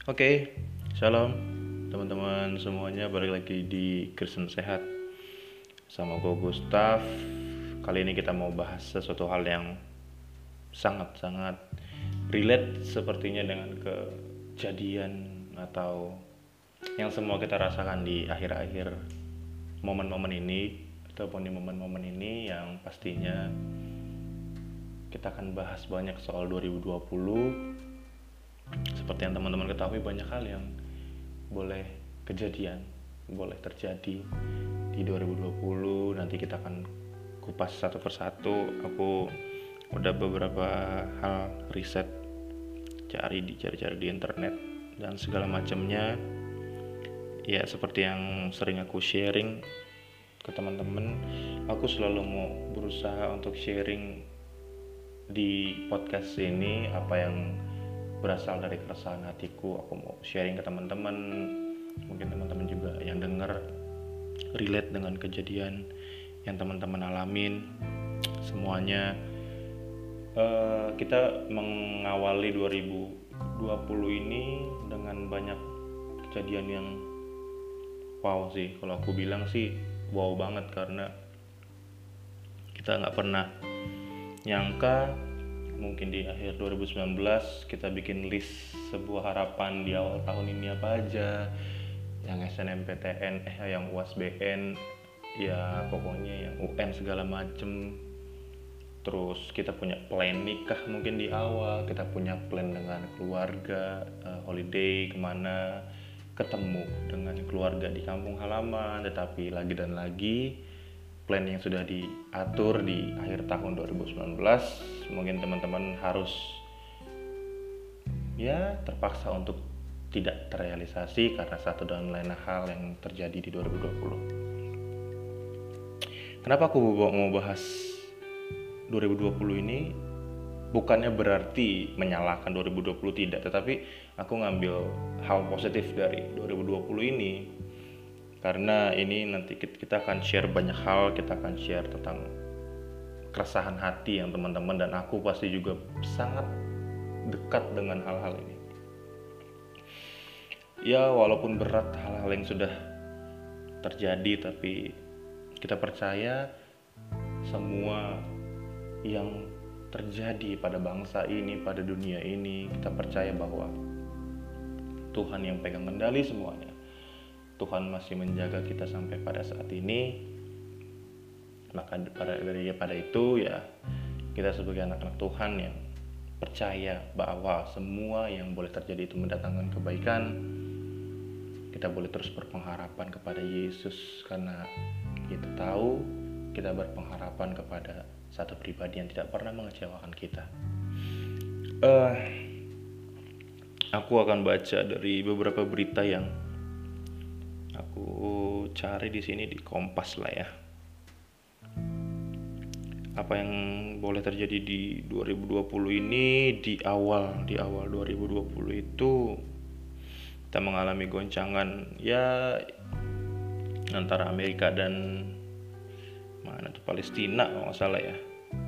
Oke, shalom teman-teman semuanya, balik lagi di Kristen Sehat sama gue Gustaf. Kali ini kita mau bahas sesuatu hal yang sangat-sangat relate sepertinya dengan kejadian atau yang semua kita rasakan di akhir-akhir momen-momen ini, ataupun di momen-momen ini yang pastinya kita akan bahas banyak soal 2020. Seperti yang teman-teman ketahui, banyak hal yang boleh kejadian, boleh terjadi di 2020. Nanti kita akan kupas satu persatu. Aku udah beberapa hal riset, cari di internet dan segala macamnya. Ya seperti yang sering aku sharing ke teman-teman, aku selalu mau berusaha untuk sharing di podcast ini apa yang berasal dari keresahan hatiku. Aku mau sharing ke teman-teman, mungkin teman-teman juga yang dengar relate dengan kejadian yang teman-teman alamin. Semuanya kita mengawali 2020 ini dengan banyak kejadian yang wow sih. Kalau aku bilang sih wow banget, karena kita nggak pernah nyangka mungkin di akhir 2019 kita bikin list sebuah harapan di awal tahun ini apa aja, yang SNMPTN, yang UASBN, ya pokoknya yang UN segala macem. Terus kita punya plan nikah mungkin di awal, kita punya plan dengan keluarga, holiday kemana, ketemu dengan keluarga di kampung halaman. Tetapi lagi dan lagi plan yang sudah diatur di akhir tahun 2019 mungkin teman-teman harus ya terpaksa untuk tidak terrealisasi karena satu dan lain hal yang terjadi di 2020. Kenapa aku mau bahas 2020 ini? Bukannya berarti menyalahkan 2020, tidak, tetapi aku ngambil hal positif dari 2020 ini. Karena ini nanti kita akan share banyak hal, kita akan share tentang keresahan hati yang teman-teman dan aku pasti juga sangat dekat dengan hal-hal ini. Ya walaupun berat hal-hal yang sudah terjadi, tapi kita percaya semua yang terjadi pada bangsa ini, pada dunia ini, kita percaya bahwa Tuhan yang pegang kendali semuanya. Tuhan masih menjaga kita sampai pada saat ini. Maka pada itu ya kita sebagai anak-anak Tuhan yang percaya bahwa semua yang boleh terjadi itu mendatangkan kebaikan. Kita boleh terus berpengharapan kepada Yesus, karena kita tahu kita berpengharapan kepada satu pribadi yang tidak pernah mengecewakan kita. Aku akan baca dari beberapa berita yang aku cari di sini di Kompas lah ya. Apa yang boleh terjadi di 2020 ini? Di awal 2020 itu kita mengalami goncangan ya antara Amerika dan mana tuh, Palestina kalau nggak salah ya,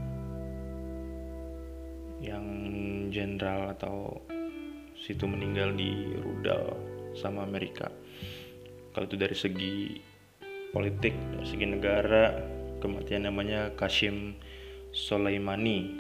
yang jenderal atau situ meninggal di rudal sama Amerika. Kalau itu dari segi politik, dari segi negara, kematian namanya Qasem Soleimani.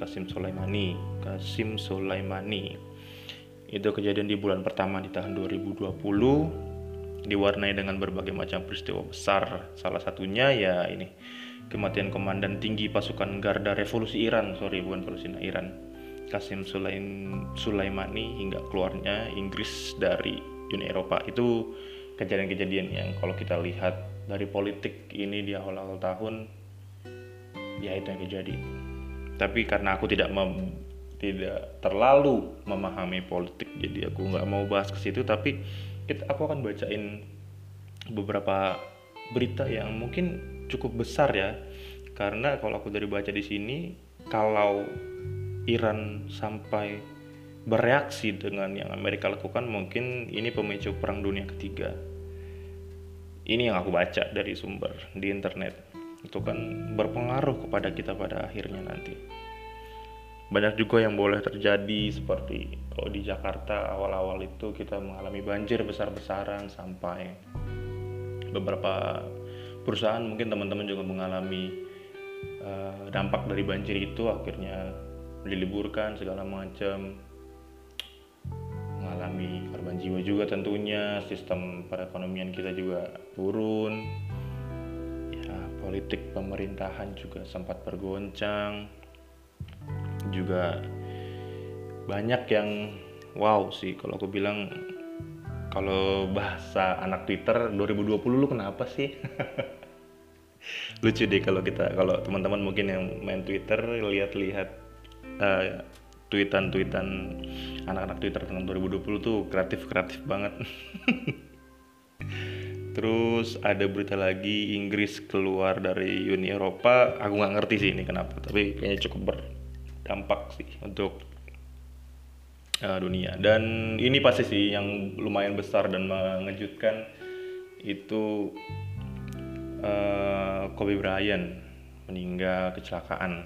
Itu kejadian di bulan pertama di tahun 2020, diwarnai dengan berbagai macam peristiwa besar. Salah satunya ya ini, kematian komandan tinggi pasukan Garda Revolusi Iran, Qasem Soleimani, hingga keluarnya Inggris dari Uni Eropa. Itu kejadian-kejadian yang kalau kita lihat dari politik ini di awal-awal tahun, ya itu yang terjadi. Tapi karena aku tidak terlalu memahami politik, jadi aku nggak mau bahas ke situ. Tapi aku akan bacain beberapa berita yang mungkin cukup besar ya, karena kalau aku dari baca di sini, kalau Iran sampai bereaksi dengan yang Amerika lakukan, mungkin ini pemicu perang dunia ketiga. Ini yang aku baca dari sumber di internet. Itu kan berpengaruh kepada kita pada akhirnya nanti. banyak juga yang boleh terjadi, seperti kalau di Jakarta awal-awal itu kita mengalami banjir besar-besaran, sampai beberapa perusahaan, mungkin teman-teman juga mengalami dampak dari banjir itu, akhirnya diliburkan segala macam, mengalami korban jiwa juga tentunya, sistem perekonomian kita juga turun, ya politik pemerintahan juga sempat bergoncang, juga banyak yang wow sih kalau aku bilang. Kalau bahasa anak Twitter, 2020 lu kenapa sih? Lucu deh kalau teman-teman mungkin yang main Twitter lihat-lihat tweetan-tweetan anak-anak Twitter tentang 2020 tuh kreatif banget. Terus ada berita lagi, Inggris keluar dari Uni Eropa. Aku nggak ngerti sih ini kenapa, tapi kayaknya cukup berdampak sih untuk dunia. Dan ini pasti sih yang lumayan besar dan mengejutkan, itu Kobe Bryant meninggal kecelakaan.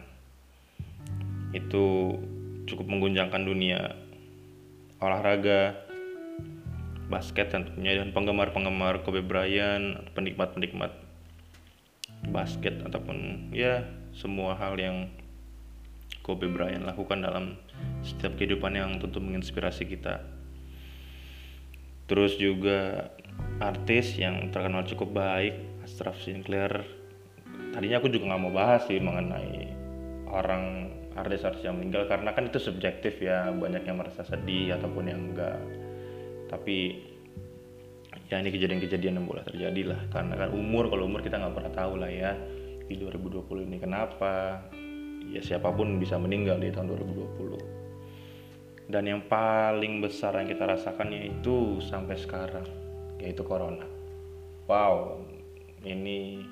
Itu cukup mengguncangkan dunia olahraga, basket tentunya, dan penggemar-penggemar Kobe Bryant, penikmat-penikmat basket, ataupun ya semua hal yang Kobe Bryant lakukan dalam setiap kehidupan yang tentu menginspirasi kita. Terus juga artis yang terkenal cukup baik, Ashraf Sinclair. Tadinya aku juga nggak mau bahas sih mengenai orang artis-artis yang meninggal, karena kan itu subjektif ya, banyak yang merasa sedih ataupun yang enggak. Tapi ya ini kejadian-kejadian yang boleh terjadi lah, karena kan kalau umur kita nggak pernah tahu lah ya di 2020 ini kenapa. Ya siapapun bisa meninggal di tahun 2020. Dan yang paling besar yang kita rasakan yaitu sampai sekarang, yaitu corona. Wow, ini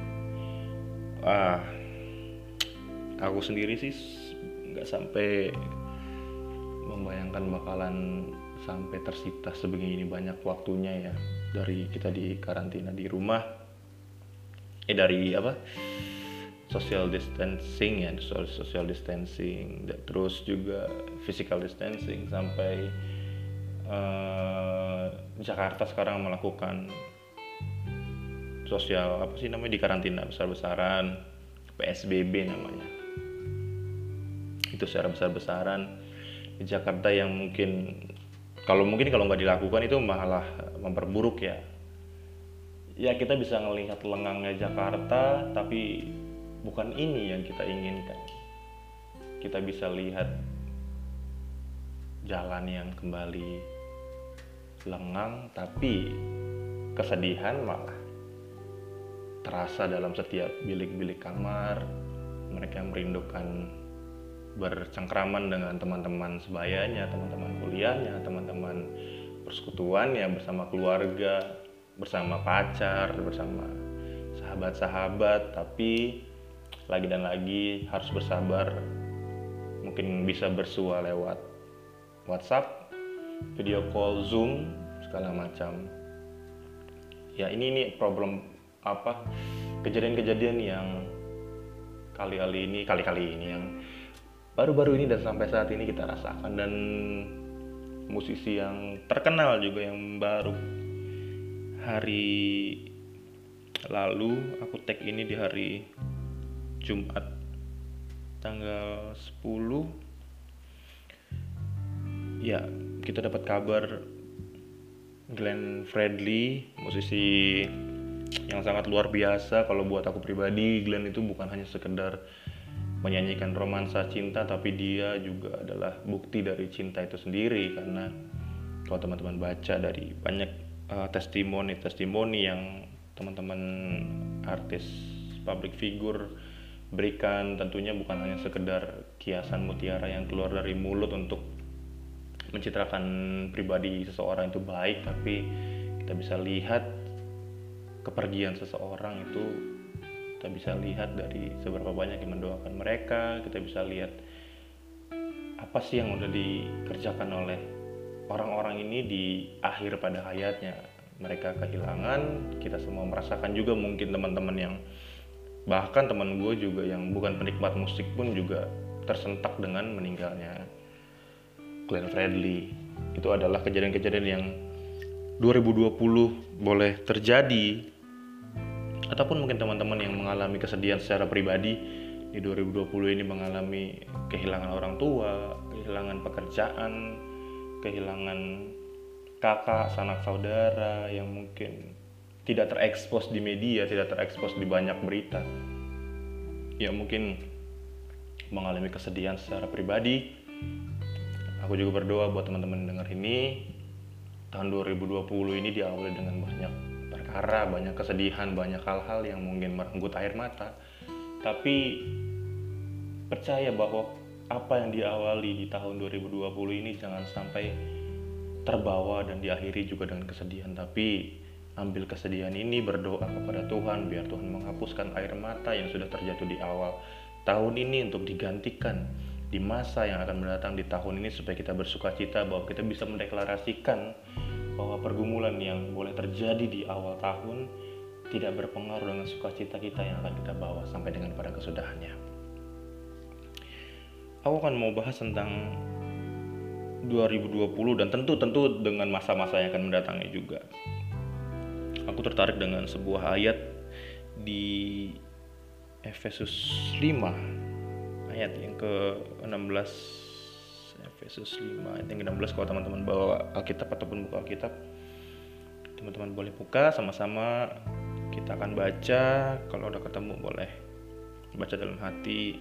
aku sendiri sih nggak sampai membayangkan bakalan sampai tersita sebegini banyak waktunya ya, dari kita di karantina di rumah, dari social distancing ya, social distancing, terus juga physical distancing, sampai Jakarta sekarang melakukan sosial di karantina besar-besaran, PSBB namanya. Itu secara besar-besaran di Jakarta, yang mungkin kalau nggak dilakukan itu malah memperburuk ya. Ya kita bisa ngelihat lengangnya Jakarta, tapi bukan ini yang kita inginkan. Kita bisa lihat jalan yang kembali lengang, tapi kesedihan malah terasa dalam setiap bilik-bilik kamar. Mereka merindukan bercengkraman dengan teman-teman sebayanya, teman-teman kuliahnya, teman-teman persekutuannya, bersama keluarga, bersama pacar, bersama sahabat-sahabat. Tapi lagi dan lagi harus bersabar, mungkin bisa bersua lewat WhatsApp, video call, Zoom, segala macam. Ya ini problem kejadian-kejadian yang kali-kali ini yang baru-baru ini dan sampai saat ini kita rasakan. Dan musisi yang terkenal juga yang baru hari lalu, aku tag ini di hari Jumat tanggal 10 ya, kita dapat kabar Glenn Fredly, musisi yang sangat luar biasa. Kalau buat aku pribadi, Glenn itu bukan hanya sekedar menyanyikan romansa cinta, tapi dia juga adalah bukti dari cinta itu sendiri. Karena kalau teman-teman baca dari banyak testimoni yang teman-teman artis public figure berikan, tentunya bukan hanya sekedar kiasan mutiara yang keluar dari mulut untuk mencitrakan pribadi seseorang itu baik, tapi kita bisa lihat kepergian seseorang itu, kita bisa lihat dari seberapa banyak yang mendoakan mereka. Kita bisa lihat apa sih yang udah dikerjakan oleh orang-orang ini di akhir pada hayatnya. Mereka kehilangan, kita semua merasakan juga. Mungkin teman-teman yang, bahkan teman gue juga yang bukan penikmat musik pun juga tersentak dengan meninggalnya Glenn Fredly. Itu adalah kejadian-kejadian yang 2020 boleh terjadi, ataupun mungkin teman-teman yang mengalami kesedihan secara pribadi di 2020 ini, mengalami kehilangan orang tua, kehilangan pekerjaan, kehilangan kakak, sanak saudara yang mungkin tidak terekspos di media, tidak terekspos di banyak berita. Ya mungkin mengalami kesedihan secara pribadi. Aku juga berdoa buat teman-teman dengar ini, tahun 2020 ini diawali dengan banyak perkara, banyak kesedihan, banyak hal-hal yang mungkin merenggut air mata. Tapi percaya bahwa apa yang diawali di tahun 2020 ini jangan sampai terbawa dan diakhiri juga dengan kesedihan. Tapi ambil kesedihan ini, berdoa kepada Tuhan biar Tuhan menghapuskan air mata yang sudah terjatuh di awal tahun ini untuk digantikan di masa yang akan mendatang di tahun ini, supaya kita bersukacita bahwa kita bisa mendeklarasikan bahwa pergumulan yang boleh terjadi di awal tahun tidak berpengaruh dengan sukacita kita yang akan kita bawa sampai dengan pada kesudahannya. Aku akan mau bahas tentang 2020 dan tentu dengan masa-masa yang akan mendatangnya juga. Aku tertarik dengan sebuah ayat di Efesus 5 ayat yang ke-16. Efesus 5 ayat yang ke-16. Kalau teman-teman bawa Alkitab ataupun buku Alkitab, teman-teman boleh buka sama-sama, kita akan baca. Kalau udah ketemu boleh baca dalam hati.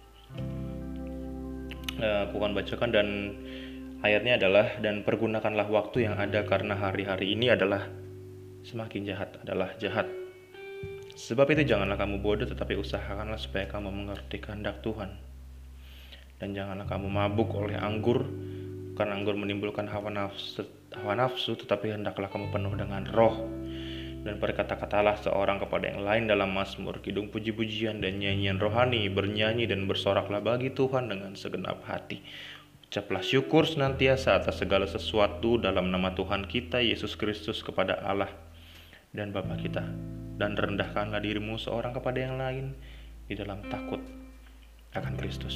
Aku akan bacakan, dan ayatnya adalah, dan pergunakanlah waktu yang ada karena hari-hari ini adalah semakin jahat. Sebab itu janganlah kamu bodoh, tetapi usahakanlah supaya kamu mengerti kehendak Tuhan. Dan janganlah kamu mabuk oleh anggur, karena anggur menimbulkan hawa nafsu, tetapi hendaklah kamu penuh dengan roh. Dan berkata-katalah seorang kepada yang lain dalam mazmur, kidung puji-pujian dan nyanyian rohani, bernyanyi dan bersoraklah bagi Tuhan dengan segenap hati. Ucaplah syukur senantiasa atas segala sesuatu dalam nama Tuhan kita Yesus Kristus kepada Allah dan Bapa kita. Dan rendahkanlah dirimu seorang kepada yang lain di dalam takut akan Kristus.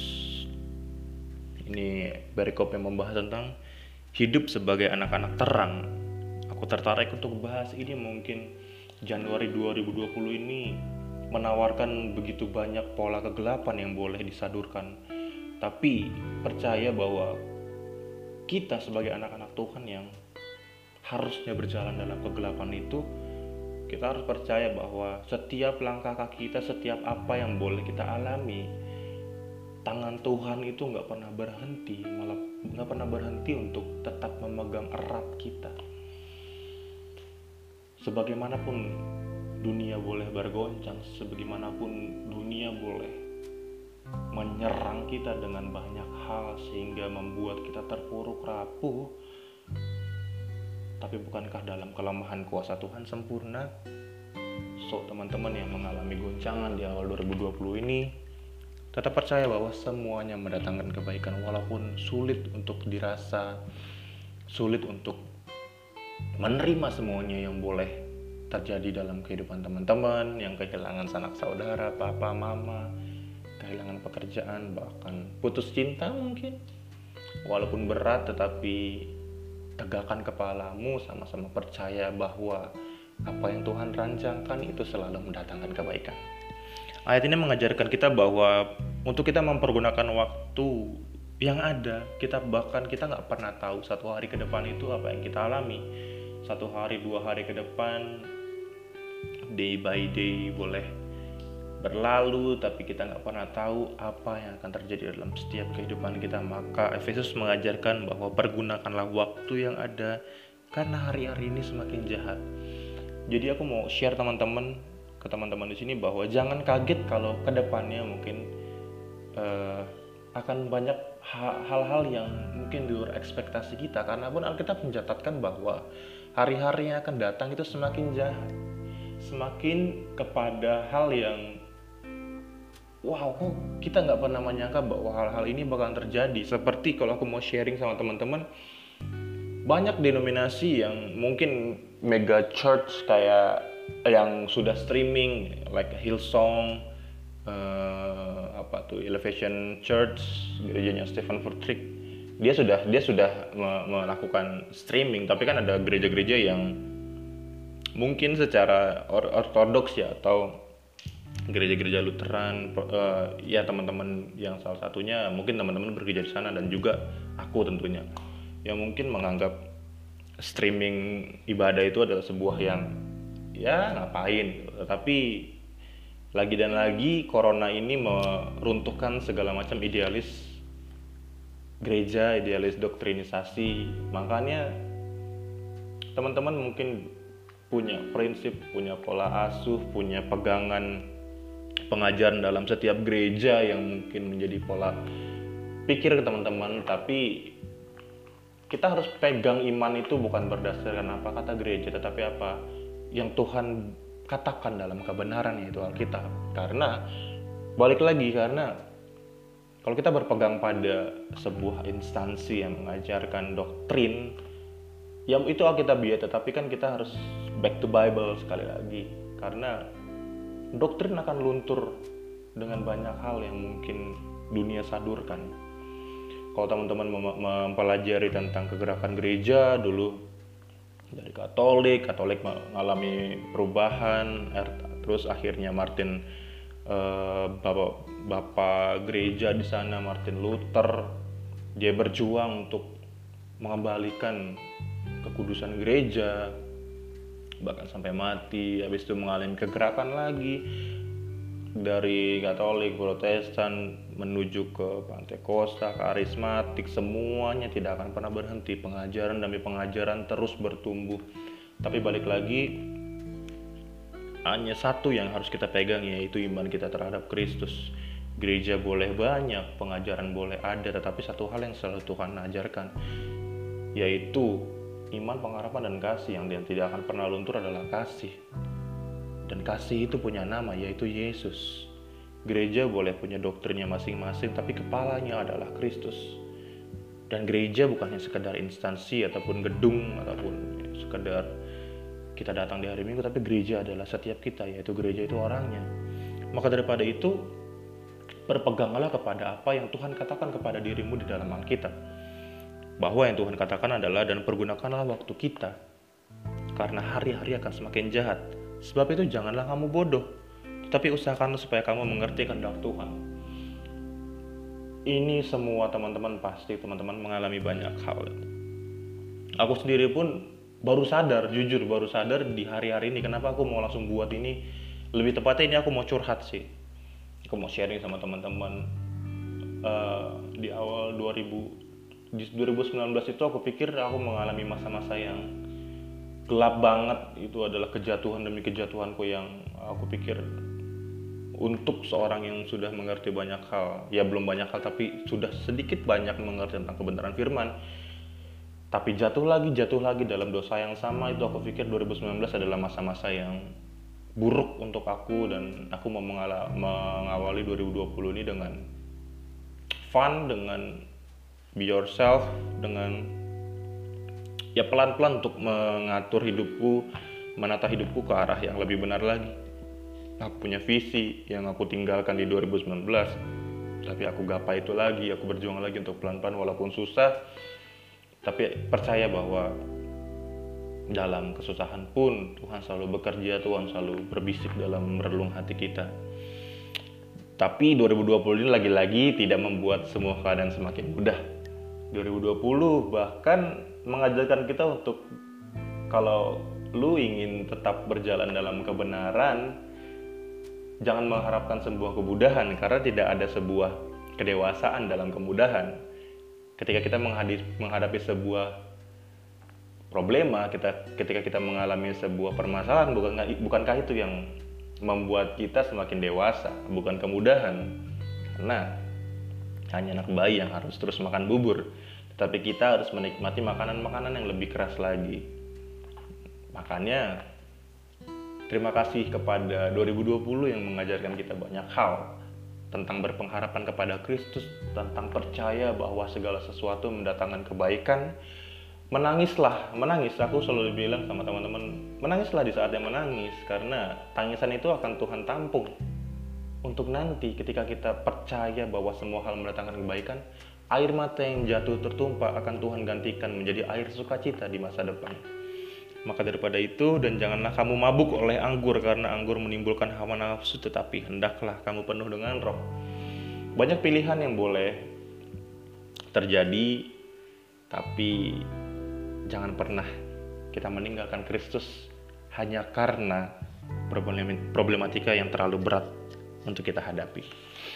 Ini perikop yang membahas tentang hidup sebagai anak-anak terang. Aku tertarik untuk bahas ini. Mungkin Januari 2020 ini menawarkan begitu banyak pola kegelapan yang boleh disadurkan. Tapi percaya bahwa kita sebagai anak-anak Tuhan yang harusnya berjalan dalam kegelapan itu, kita harus percaya bahwa setiap langkah kaki kita, setiap apa yang boleh kita alami, tangan Tuhan itu gak pernah berhenti, malah gak pernah berhenti untuk tetap memegang erat kita. Sebagaimanapun dunia boleh bergoncang, sebagaimanapun dunia boleh menyerang kita dengan banyak hal sehingga membuat kita terpuruk rapuh, tapi bukankah dalam kelemahan kuasa Tuhan sempurna? So, teman-teman yang mengalami goncangan di awal 2020 ini, tetap percaya bahwa semuanya mendatangkan kebaikan, walaupun sulit untuk dirasa, sulit untuk menerima semuanya yang boleh terjadi dalam kehidupan teman-teman yang kehilangan sanak saudara, papa, mama, kehilangan pekerjaan, bahkan putus cinta mungkin. Walaupun berat, tetapi tegakkan kepalamu, sama-sama percaya bahwa apa yang Tuhan rancangkan itu selalu mendatangkan kebaikan. Ayat ini mengajarkan kita bahwa untuk kita mempergunakan waktu yang ada, kita gak pernah tahu satu hari ke depan itu apa yang kita alami. 1 hari, 2 hari ke depan, day by day boleh berlalu, tapi kita gak pernah tahu apa yang akan terjadi dalam setiap kehidupan kita. Maka Efesus mengajarkan bahwa pergunakanlah waktu yang ada karena hari-hari ini semakin jahat. Jadi aku mau share ke teman-teman di sini bahwa jangan kaget kalau kedepannya mungkin akan banyak hal-hal yang mungkin di luar ekspektasi kita, karena pun Alkitab mencatatkan bahwa hari-hari yang akan datang itu semakin jahat, semakin kepada hal yang kok kita nggak pernah menyangka bahwa hal-hal ini bakalan terjadi. Seperti kalau aku mau sharing sama teman-teman, banyak denominasi yang mungkin mega church kayak yang sudah streaming like Hillsong, Elevation Church, gerejanya Stephen Furtick, dia sudah melakukan streaming. Tapi kan ada gereja-gereja yang mungkin secara ortodoks ya, atau gereja-gereja Lutheran, ya teman-teman yang salah satunya mungkin teman-teman bekerja di sana, dan juga aku tentunya, yang mungkin menganggap streaming ibadah itu adalah sebuah yang ya ngapain. Tapi lagi dan lagi corona ini meruntuhkan segala macam idealis gereja, idealis doktrinisasi. Makanya teman-teman mungkin punya prinsip, punya pola asuh, punya pegangan pengajaran dalam setiap gereja yang mungkin menjadi pola pikir ke teman-teman. Tapi kita harus pegang iman itu bukan berdasarkan apa kata gereja, tetapi apa yang Tuhan katakan dalam kebenaran, yaitu Alkitab. Karena balik lagi, karena kalau kita berpegang pada sebuah instansi yang mengajarkan doktrin, ya itu Alkitabiah, tetapi kan kita harus back to Bible sekali lagi. Karena doktrin akan luntur dengan banyak hal yang mungkin dunia sadurkan. Kalau teman-teman mempelajari tentang kegerakan gereja dulu, dari Katolik mengalami perubahan, terus akhirnya Bapak gereja di sana, Martin Luther, dia berjuang untuk mengembalikan kekudusan gereja, bahkan sampai mati. Habis itu mengalami kegerakan lagi dari Katolik, Protestan menuju ke Pantekosta, karismatik, semuanya tidak akan pernah berhenti. Pengajaran demi pengajaran terus bertumbuh. Tapi balik lagi, hanya satu yang harus kita pegang, yaitu iman kita terhadap Kristus. Gereja boleh banyak, pengajaran boleh ada, tetapi satu hal yang selalu Tuhan ajarkan, yaitu iman, pengharapan, dan kasih. Yang tidak akan pernah luntur adalah kasih. Dan kasih itu punya nama, yaitu Yesus. Gereja boleh punya doktrinnya masing-masing, tapi kepalanya adalah Kristus. Dan gereja bukannya sekedar instansi ataupun gedung ataupun sekedar kita datang di hari Minggu, tapi gereja adalah setiap kita, yaitu gereja itu orangnya. Maka daripada itu, berpeganglah kepada apa yang Tuhan katakan kepada dirimu di dalam Alkitab. Bahwa yang Tuhan katakan adalah, dan pergunakanlah waktu kita, karena hari-hari akan semakin jahat. Sebab itu janganlah kamu bodoh, tetapi usahakanlah supaya kamu mengerti kehendak Tuhan. Ini semua teman-teman pasti teman-teman mengalami banyak hal. Aku sendiri pun baru sadar di hari-hari ini kenapa aku mau langsung buat ini. Lebih tepatnya ini aku mau curhat sih. Aku mau sharing sama teman-teman. Di awal 2019 itu aku pikir aku mengalami masa-masa yang gelap banget. Itu adalah kejatuhan demi kejatuhanku yang aku pikir untuk seorang yang sudah mengerti banyak hal, ya belum banyak hal tapi sudah sedikit banyak mengerti tentang kebenaran firman, tapi jatuh lagi dalam dosa yang sama. Itu aku pikir 2019 adalah masa-masa yang buruk untuk aku, dan aku mau mengawali 2020 ini dengan fun, dengan be yourself, dengan ya pelan-pelan untuk mengatur hidupku, menata hidupku ke arah yang lebih benar lagi. Aku punya visi yang aku tinggalkan di 2019, tapi aku gapai itu lagi, aku berjuang lagi untuk pelan-pelan walaupun susah. Tapi percaya bahwa dalam kesusahan pun Tuhan selalu bekerja, Tuhan selalu berbisik dalam relung hati kita. Tapi 2020 ini lagi-lagi tidak membuat semua keadaan semakin mudah. 2020 bahkan mengajarkan kita untuk, kalau lu ingin tetap berjalan dalam kebenaran, jangan mengharapkan sebuah kemudahan, karena tidak ada sebuah kedewasaan dalam kemudahan. Ketika kita menghadapi sebuah problema, ketika kita mengalami sebuah permasalahan, bukankah itu yang membuat kita semakin dewasa, bukan kemudahan? Karena hanya anak bayi yang harus terus makan bubur, tetapi kita harus menikmati makanan-makanan yang lebih keras lagi. Makanya terima kasih kepada 2020 yang mengajarkan kita banyak hal tentang berpengharapan kepada Kristus, tentang percaya bahwa segala sesuatu mendatangkan kebaikan. Menangis, aku selalu bilang sama teman-teman, menangislah di saat yang menangis, karena tangisan itu akan Tuhan tampung. untuk nanti ketika kita percaya bahwa semua hal mendatangkan kebaikan, air mata yang jatuh tertumpah akan Tuhan gantikan menjadi air sukacita di masa depan. Maka daripada itu, dan janganlah kamu mabuk oleh anggur, karena anggur menimbulkan hawa nafsu, tetapi hendaklah kamu penuh dengan Roh. Banyak pilihan yang boleh terjadi, tapi jangan pernah kita meninggalkan Kristus hanya karena problematika yang terlalu berat untuk kita hadapi.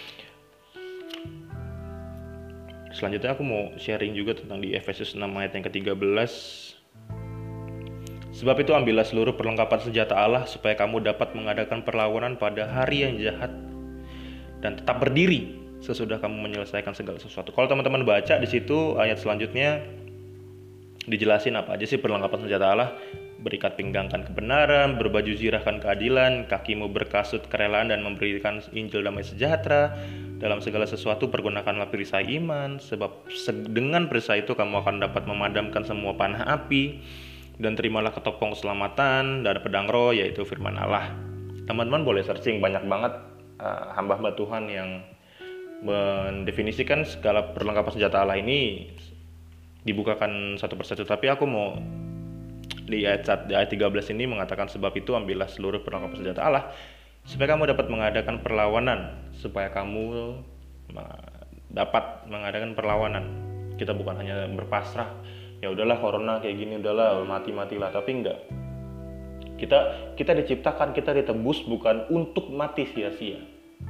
Selanjutnya aku mau sharing juga tentang di Efesus 6 ayat yang ke-13. Sebab itu ambillah seluruh perlengkapan senjata Allah supaya kamu dapat mengadakan perlawanan pada hari yang jahat dan tetap berdiri sesudah kamu menyelesaikan segala sesuatu. Kalau teman-teman baca di situ ayat selanjutnya dijelasin apa aja sih perlengkapan senjata Allah. Berikat pinggangkan kebenaran, berbaju zirahkan keadilan, kakimu berkasut kerelaan dan memberikan Injil damai sejahtera. Dalam segala sesuatu pergunakanlah perisai iman, sebab dengan perisai itu kamu akan dapat memadamkan semua panah api. Dan terimalah ketopong keselamatan dan pedang roh, yaitu firman Allah. Teman-teman boleh searching, banyak banget hamba-hamba Tuhan yang mendefinisikan segala perlengkapan senjata Allah ini dibukakan satu persatu. Tapi aku mau di ayat 13 ini mengatakan, sebab itu ambillah seluruh perlengkapan senjata Allah supaya kamu dapat mengadakan perlawanan, supaya kamu dapat mengadakan perlawanan. Kita bukan hanya berpasrah, ya udahlah corona kayak gini, udahlah mati-matilah, tapi enggak. Kita diciptakan, kita ditebus bukan untuk mati sia-sia.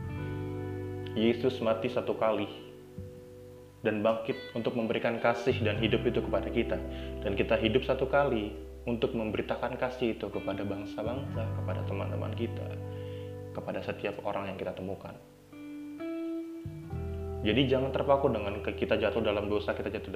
Yesus mati satu kali dan bangkit untuk memberikan kasih dan hidup itu kepada kita, dan kita hidup satu kali untuk memberitakan kasih itu kepada bangsa-bangsa, kepada teman-teman kita, kepada setiap orang yang kita temukan. Jadi jangan terpaku dengan kita jatuh dalam dosa,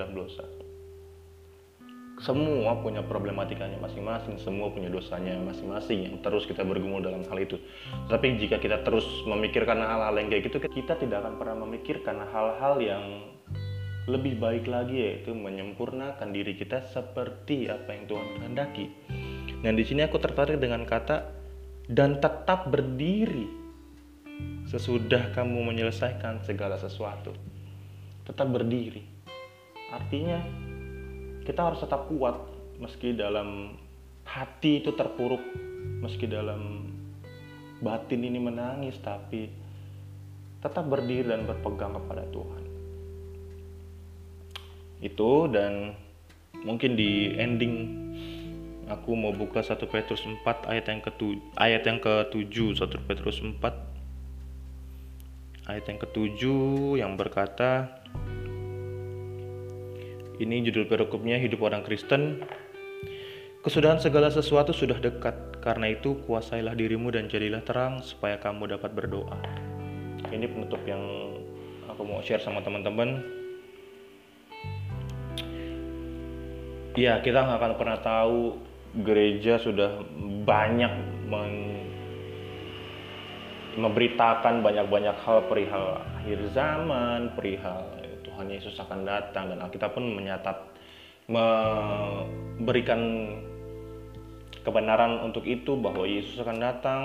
Semua punya problematikanya masing-masing, semua punya dosanya masing-masing yang terus kita bergumul dalam hal itu. Tapi jika kita terus memikirkan hal-hal yang kayak gitu, kita tidak akan pernah memikirkan hal-hal yang lebih baik lagi, yaitu menyempurnakan diri kita seperti apa yang Tuhan kehendaki. Dan di sini aku tertarik dengan kata dan tetap berdiri sesudah kamu menyelesaikan segala sesuatu. Tetap berdiri. Artinya kita harus tetap kuat meski dalam hati itu terpuruk, meski dalam batin ini menangis, tapi tetap berdiri dan berpegang kepada Tuhan. Itu, dan mungkin di ending aku mau buka 1 Petrus 4 ayat yang ke-7, 1 Petrus 4 ayat yang ke-7 yang berkata, ini judul perikopnya, hidup orang Kristen. Kesudahan segala sesuatu sudah dekat, karena itu kuasailah dirimu dan jadilah terang supaya kamu dapat berdoa. Ini penutup yang aku mau share sama teman-teman. Ya, kita nggak akan pernah tahu, gereja sudah banyak memberitakan banyak-banyak hal perihal akhir zaman, perihal Tuhan Yesus akan datang, dan Alkitab pun memberikan kebenaran untuk itu, bahwa Yesus akan datang.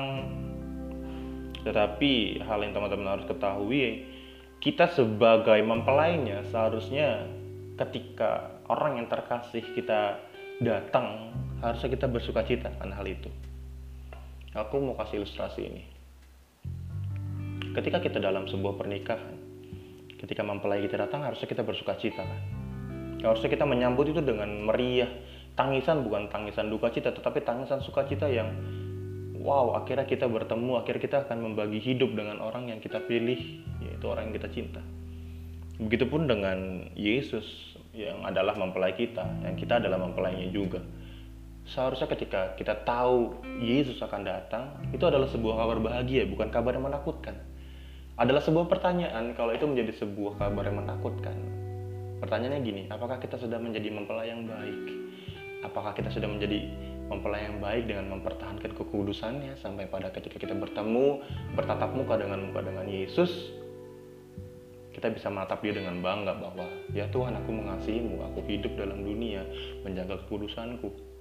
Tetapi hal yang teman-teman harus ketahui, kita sebagai mempelainya seharusnya ketika orang yang terkasih kita datang, harusnya kita bersukacita akan hal itu. Aku mau kasih ilustrasi ini. Ketika kita dalam sebuah pernikahan, ketika mempelai kita datang, harusnya kita bersukacita kan? Harusnya kita menyambut itu dengan meriah. Tangisan, bukan tangisan duka cita, tetapi tangisan sukacita yang wow, akhirnya kita bertemu, akhirnya kita akan membagi hidup dengan orang yang kita pilih, yaitu orang yang kita cinta. Begitupun dengan Yesus yang adalah mempelai kita, yang kita adalah mempelainya juga. Seharusnya ketika kita tahu Yesus akan datang, itu adalah sebuah kabar bahagia, bukan kabar yang menakutkan. Adalah sebuah pertanyaan kalau itu menjadi sebuah kabar yang menakutkan. Pertanyaannya gini, apakah kita sudah menjadi mempelai yang baik? Apakah kita sudah menjadi mempelai yang baik dengan mempertahankan kekudusannya sampai pada ketika kita bertemu, bertatap muka dengan Yesus, kita bisa menatap dia dengan bangga bahwa ya Tuhan, aku mengasihimu, aku hidup dalam dunia menjaga kekudusanku.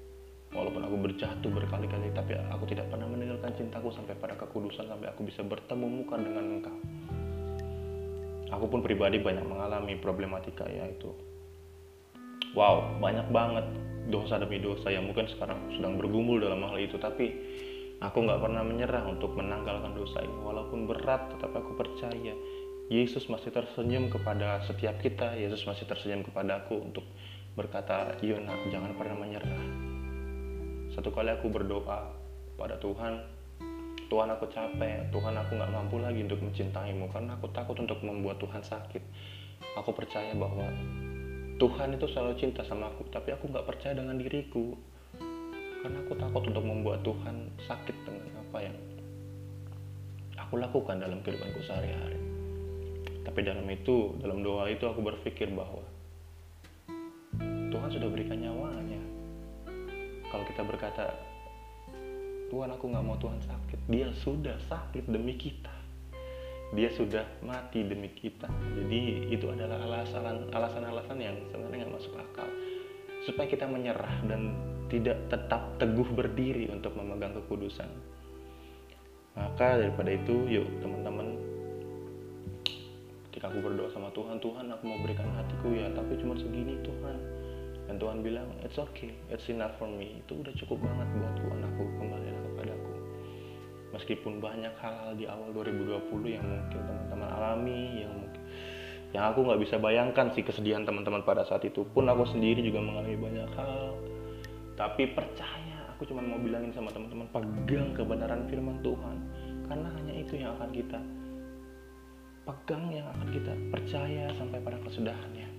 Walaupun aku berjatuh berkali-kali, tapi aku tidak pernah meninggalkan cintaku sampai pada kekudusan, sampai aku bisa bertemu muka dengan Engkau. Aku pun pribadi banyak mengalami problematika yaitu banyak banget dosa demi dosa yang mungkin sekarang sedang bergumul dalam hal itu, tapi aku gak pernah menyerah untuk menanggalkan dosa ini. Walaupun berat, tetapi aku percaya Yesus masih tersenyum kepada setiap kita. Yesus masih tersenyum kepada aku untuk berkata, "Yona, jangan pernah menyerah." Satu kali aku berdoa pada Tuhan, "Tuhan, aku capek, Tuhan, aku gak mampu lagi untuk mencintaimu karena aku takut untuk membuat Tuhan sakit." Aku percaya bahwa Tuhan itu selalu cinta sama aku, tapi aku gak percaya dengan diriku karena aku takut untuk membuat Tuhan sakit dengan apa yang aku lakukan dalam kehidupanku sehari-hari. Tapi dalam doa itu aku berpikir bahwa Tuhan sudah berikan nyawanya. Kalau kita berkata, "Tuhan, aku gak mau Tuhan sakit," Dia sudah sakit demi kita. Dia sudah mati demi kita. Jadi itu adalah alasan-alasan yang sebenarnya gak masuk akal, supaya kita menyerah dan tidak tetap teguh berdiri untuk memegang kekudusan. Maka daripada itu, yuk teman-teman, ketika aku berdoa sama Tuhan, "Tuhan, aku mau berikan hatiku ya, tapi cuma segini Tuhan." Dan Tuhan bilang, "It's okay, it's enough for me." Itu udah cukup banget buatku, anakku, kembalilah kepadaku. Meskipun banyak hal-hal di awal 2020 yang mungkin teman-teman alami, yang aku gak bisa bayangkan sih kesedihan teman-teman pada saat itu. Pun aku sendiri juga mengalami banyak hal. Tapi percaya, aku cuma mau bilangin sama teman-teman, pegang kebenaran firman Tuhan. Karena hanya itu yang akan kita pegang, yang akan kita percaya sampai pada kesudahannya.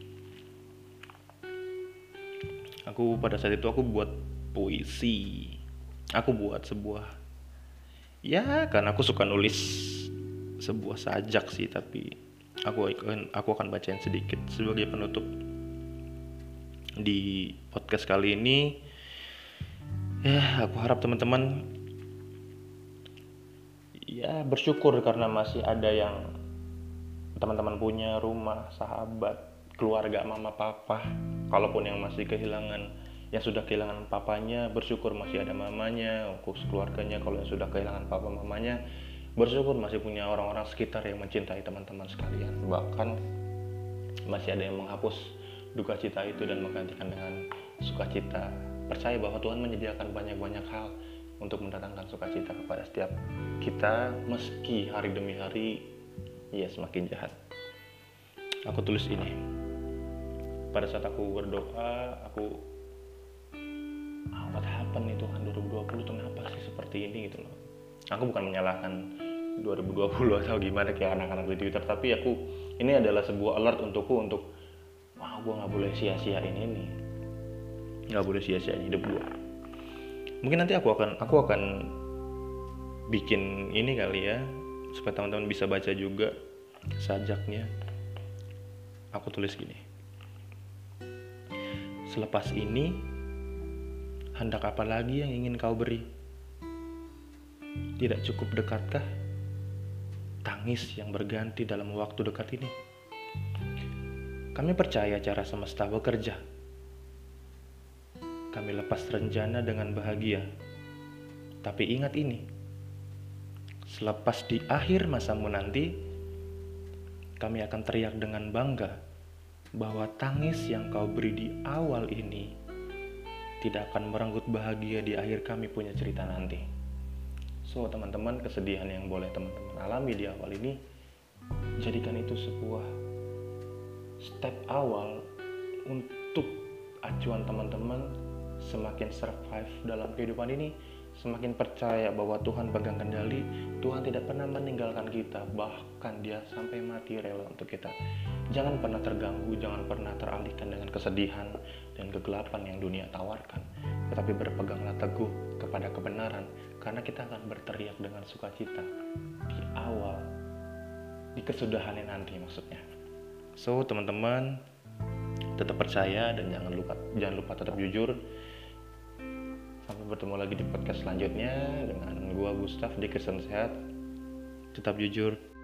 Pada saat itu aku buat puisi. Aku buat karena aku suka nulis sebuah sajak sih, tapi aku akan bacain sedikit sebagai penutup di podcast kali ini. Aku harap teman-teman bersyukur karena masih ada yang teman-teman punya rumah, sahabat, keluarga, mama, papa. Kalaupun yang sudah kehilangan papanya, bersyukur masih ada mamanya, keluarganya. Kalau yang sudah kehilangan papa mamanya, bersyukur masih punya orang-orang sekitar yang mencintai teman-teman sekalian. Bahkan masih ada yang menghapus duka cita itu dan menggantikan dengan sukacita. Percaya bahwa Tuhan menyediakan banyak-banyak hal untuk mendatangkan sukacita kepada setiap kita, meski hari demi hari semakin jahat. Aku tulis ini pada saat aku berdoa. What happened nih Tuhan, 2020 kenapa sih seperti ini gitu loh. Aku bukan menyalahkan 2020 atau gimana kayak anak-anak di Twitter, tapi ini adalah sebuah alert untukku untuk gue gak boleh sia-siain ini, gak boleh sia-siain hidup gue. Mungkin nanti aku akan bikin ini kali ya, supaya teman-teman bisa baca juga sajaknya. Aku tulis gini: "Selepas ini, hendak apa lagi yang ingin kau beri? Tidak cukup dekatkah tangis yang berganti dalam waktu dekat ini? Kami percaya cara semesta bekerja. Kami lepas rencana dengan bahagia. Tapi ingat ini, selepas di akhir masamu nanti, kami akan teriak dengan bangga bahwa tangis yang kau beri di awal ini tidak akan merenggut bahagia di akhir kami punya cerita nanti." So teman-teman, kesedihan yang boleh teman-teman alami di awal ini, jadikan itu sebuah step awal untuk acuan teman-teman semakin survive dalam kehidupan ini, semakin percaya bahwa Tuhan pegang kendali. Tuhan tidak pernah meninggalkan kita, bahkan Dia sampai mati rela untuk kita. Jangan pernah terganggu, jangan pernah teralihkan dengan kesedihan dan kegelapan yang dunia tawarkan, tetapi berpeganglah teguh kepada kebenaran, karena kita akan berteriak dengan sukacita di awal, di kesudahannya nanti maksudnya. So teman-teman, tetap percaya dan jangan lupa tetap jujur. Sampai bertemu lagi di podcast selanjutnya dengan gua Gustaf di Kristen Sehat. Tetap jujur.